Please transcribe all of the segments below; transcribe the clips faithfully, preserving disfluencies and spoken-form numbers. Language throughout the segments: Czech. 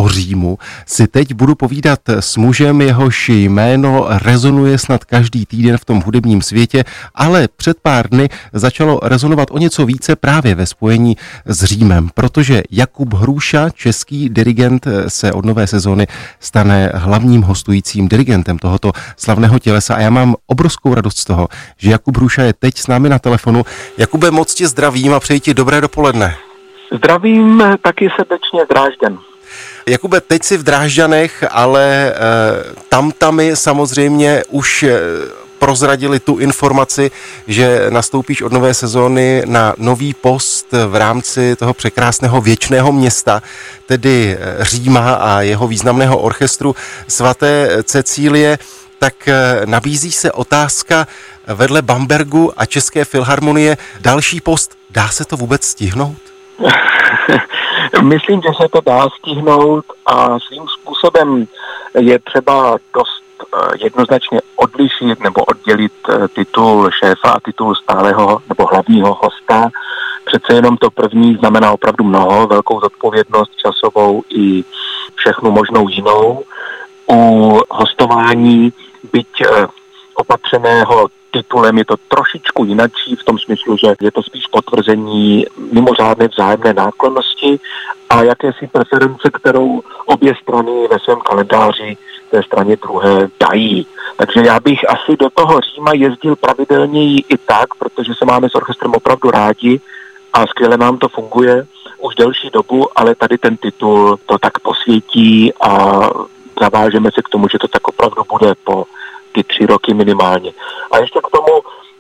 Římu si teď budu povídat s mužem, jehož jméno rezonuje snad každý týden v tom hudebním světě, ale před pár dny začalo rezonovat o něco více právě ve spojení s Římem, protože Jakub Hrůša, český dirigent, se od nové sezóny stane hlavním hostujícím dirigentem tohoto slavného tělesa a já mám obrovskou radost z toho, že Jakub Hrůša je teď s námi na telefonu. Jakube, moc tě zdravím a přeji ti dobré dopoledne. Zdravím taky srdečně z Drážďan. Jakube, teď jsi v Drážďanech, ale e, tamtami samozřejmě už e, prozradili tu informaci, že nastoupíš od nové sezóny na nový post v rámci toho překrásného věčného města, tedy Říma a jeho významného orchestru svaté Cecílie. Tak e, nabízí se otázka vedle Bambergu a České filharmonie další post. Dá se to vůbec stihnout? Myslím, že se to dá stihnout a svým způsobem je třeba dost jednoznačně odlišit nebo oddělit titul šéfa a titul stálého nebo hlavního hosta. Přece jenom to první znamená opravdu mnoho, velkou zodpovědnost časovou i všechnu možnou jinou. U hostování, byť opatřeného titulem, je to trošičku jinačí v tom smyslu, že je to spíš potvrzení mimořádné vzájemné náklonnosti a jakési preference, kterou obě strany ve svém kalendáři té straně druhé dají. Takže já bych asi do toho Říma jezdil pravidelněji i tak, protože se máme s orchestrem opravdu rádi a skvěle nám to funguje už delší dobu, ale tady ten titul to tak posvětí a zavážeme se k tomu, že to tak opravdu bude po ty tři roky minimálně. A ještě k tomu,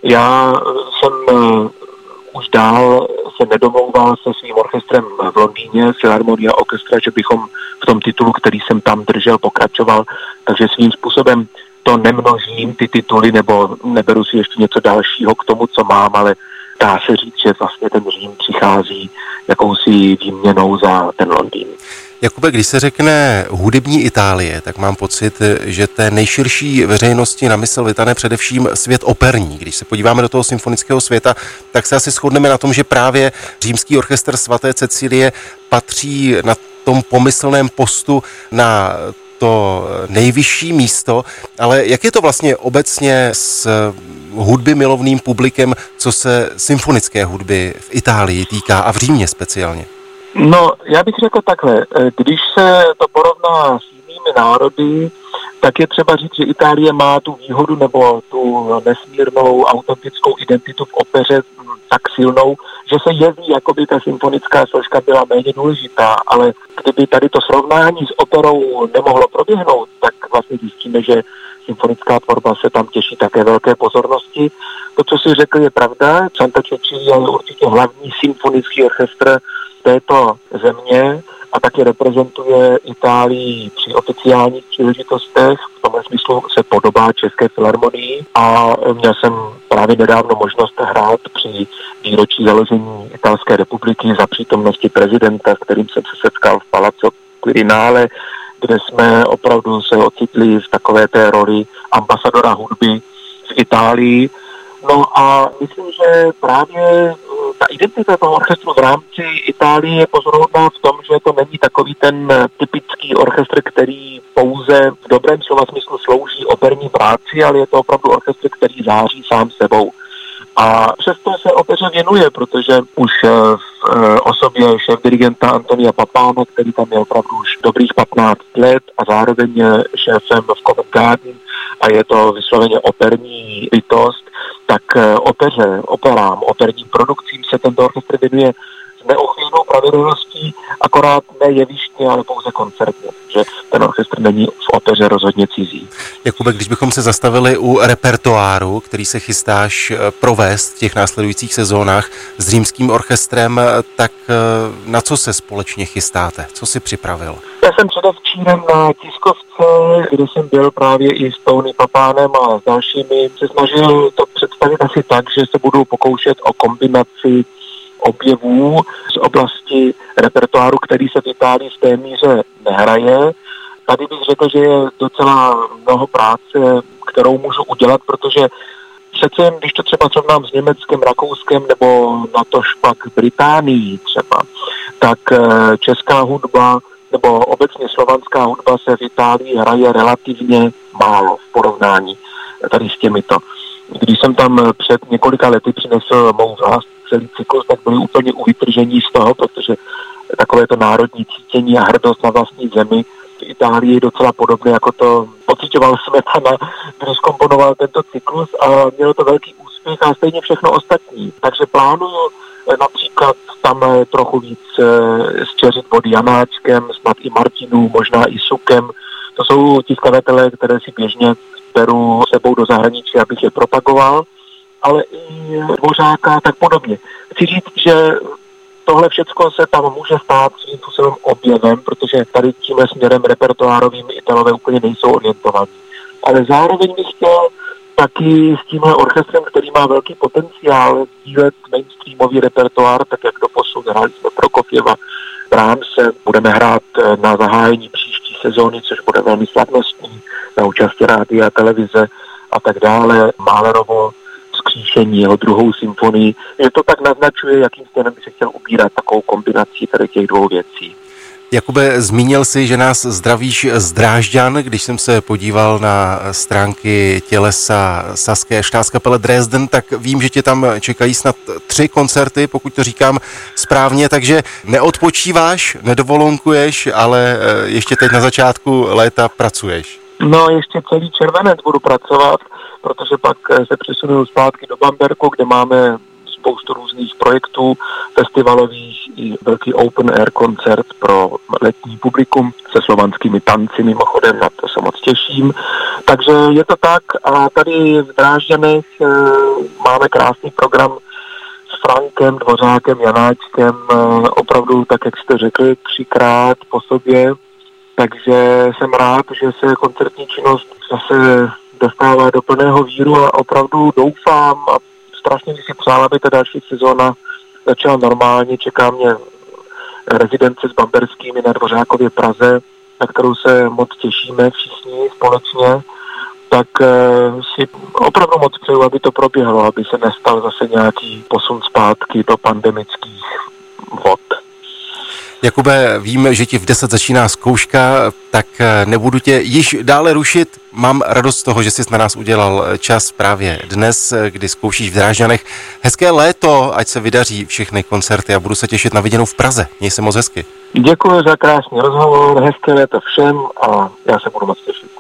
já jsem uh, už dál se nedomlouval se svým orchestrem v Londýně, Philharmonia Orchestra, že bychom v tom titulu, který jsem tam držel, pokračoval, takže svým způsobem to nemnožím, ty tituly, nebo neberu si ještě něco dalšího k tomu, co mám, ale dá se říct, že vlastně ten Řím přichází jakousi výměnou za ten Londýn. Jakube, když se řekne hudební Itálie, tak mám pocit, že té nejširší veřejnosti na mysl vytane především svět operní. Když se podíváme do toho symfonického světa, tak se asi shodneme na tom, že právě Římský orchestr svaté Cecílie patří na tom pomyslném postu na to nejvyšší místo, ale jak je to vlastně obecně s hudby milovným publikem, co se symfonické hudby v Itálii týká a v Římě speciálně? No, já bych řekl takhle, když se to porovná s jinými národy, tak je třeba říct, že Itálie má tu výhodu nebo tu nesmírnou autentickou identitu v opeře tak silnou, že se jeví, jako by ta symfonická složka byla méně důležitá, ale kdyby tady to srovnání s operou nemohlo proběhnout, tak vlastně zjistíme, že symfonická tvorba se tam těší také velké pozornosti. To, co si řekl, je pravda. Santa Cecilia je určitě hlavní symfonický orchestr této země a taky reprezentuje Itálii při oficiálních příležitostech. V tomhle smyslu se podobá České filharmonii a měl jsem právě nedávno možnost hrát při výročí založení Italské republiky za přítomnosti prezidenta, s kterým jsem se setkal v Palazzo Quirinale, kde jsme opravdu se ocitli v takové té roli ambasadora hudby v Itálii. No a myslím, že právě ta identita toho orchestru v rámci Itálie je pozoruhodná v tom, že to není takový ten typický orchestr, který pouze v dobrém slova smyslu slouží operní práci, ale je to opravdu orchestr, který září sám sebou. A přesto se opeře věnuje, protože už v osobě šéf-dirigenta Antonia Papana, který tam je opravdu už dobrých patnáct let a zároveň je šéfem v Covent Garden a je to vysloveně operní bytost, tak opeře, operám, operním produkcím se tento orchestr věnuje s neochvějnou pravidelností, akorát ne jevištně, ale pouze koncertně, že ten orchestr není v opeře rozhodně cizí. Jakube, když bychom se zastavili u repertoáru, který se chystáš provést v těch následujících sezónách s Římským orchestrem, tak na co se společně chystáte? Co jsi připravil? Já jsem předevčírem na tiskovce, kde jsem byl právě i s Tony Papánem a s dalšími, se snažil to představit asi tak, že se budu pokoušet o kombinaci objevů z oblasti repertoáru, který se v Itálii v té míře nehraje. Tady bych řekl, že je docela mnoho práce, kterou můžu udělat, protože přece jen, když to třeba srovnám s Německem, Rakouskem nebo natož pak Británií třeba, tak česká hudba nebo obecně slovanská hudba se v Itálii hraje relativně málo v porovnání tady s těmito. Když jsem tam před několika lety přinesl mou vlast celý cyklus, tak byli úplně u vytržení z toho, protože takové to národní cítění a hrdost na vlastní zemi v Itálii je docela podobné, jako to pocitoval Smetana, když komponoval tento cyklus a mělo to velký úspěch a stejně všechno ostatní. Takže plánuju například tam trochu víc zčeřit vody Janáčkem, snad i Martinů, možná i Sukem. To jsou ti skladatelé, které si běžně beru sebou do zahraničí, abych je propagoval, ale i Dvořáka tak podobně. Chci říct, že tohle všecko se tam může stát svým způsobem objevem, protože tady tímhle směrem repertoárovým Italové úplně nejsou orientovaní. Ale zároveň bych chtěl taky s tímhle orchestrem, který má velký potenciál sdílet mainstreamový repertoár, tak jak doposud hráli jsme Prokofjeva, Brahmse, budeme hrát na zahájení příští sezóny, což bude velmi slavnostní, na účasti rádia a televize a tak dále, Mahlerovo Vzkříšení, jeho druhou symfonii, že to tak naznačuje, jakým směrem by se chtěl ubírat takovou kombinací tady těch dvou věcí. Jakube, zmínil jsi, že nás zdravíš z Drážďan, když jsem se podíval na stránky tělesa Saské štátskapele Dresden, tak vím, že tě tam čekají snad tři koncerty, pokud to říkám správně, takže neodpočíváš, nedovolonkuješ, ale ještě teď na začátku léta pracuješ. No, ještě celý červenec budu pracovat, protože pak se přesunu zpátky do Bamberku, kde máme spoustu různých projektů festivalových i velký open air koncert pro letní publikum se slovanskými tanci mimochodem, na to se moc těším. Takže je to tak a tady v Drážďanech e, máme krásný program s Frankem, Dvořákem, Janáčkem, e, opravdu tak, jak jste řekli, třikrát po sobě. Takže jsem rád, že se koncertní činnost zase dostává do plného víru a opravdu doufám a strašně bych si přál, aby ta další sezóna začala normálně. Čeká mě rezidence s Bamberskými na Dvořákově Praze, na kterou se moc těšíme všichni společně. Tak si opravdu moc přeju, aby to proběhlo, aby se nestal zase nějaký posun zpátky do pandemických vod. Jakube, vím, že ti v deset začíná zkouška, tak nebudu tě již dále rušit. Mám radost z toho, že jsi na nás udělal čas právě dnes, kdy zkoušíš v Drážďanech. Hezké léto, ať se vydaří všechny koncerty a budu se těšit na viděnou v Praze. Měj se moc hezky. Děkuji za krásný rozhovor, hezké léto všem a já se budu moc těšit.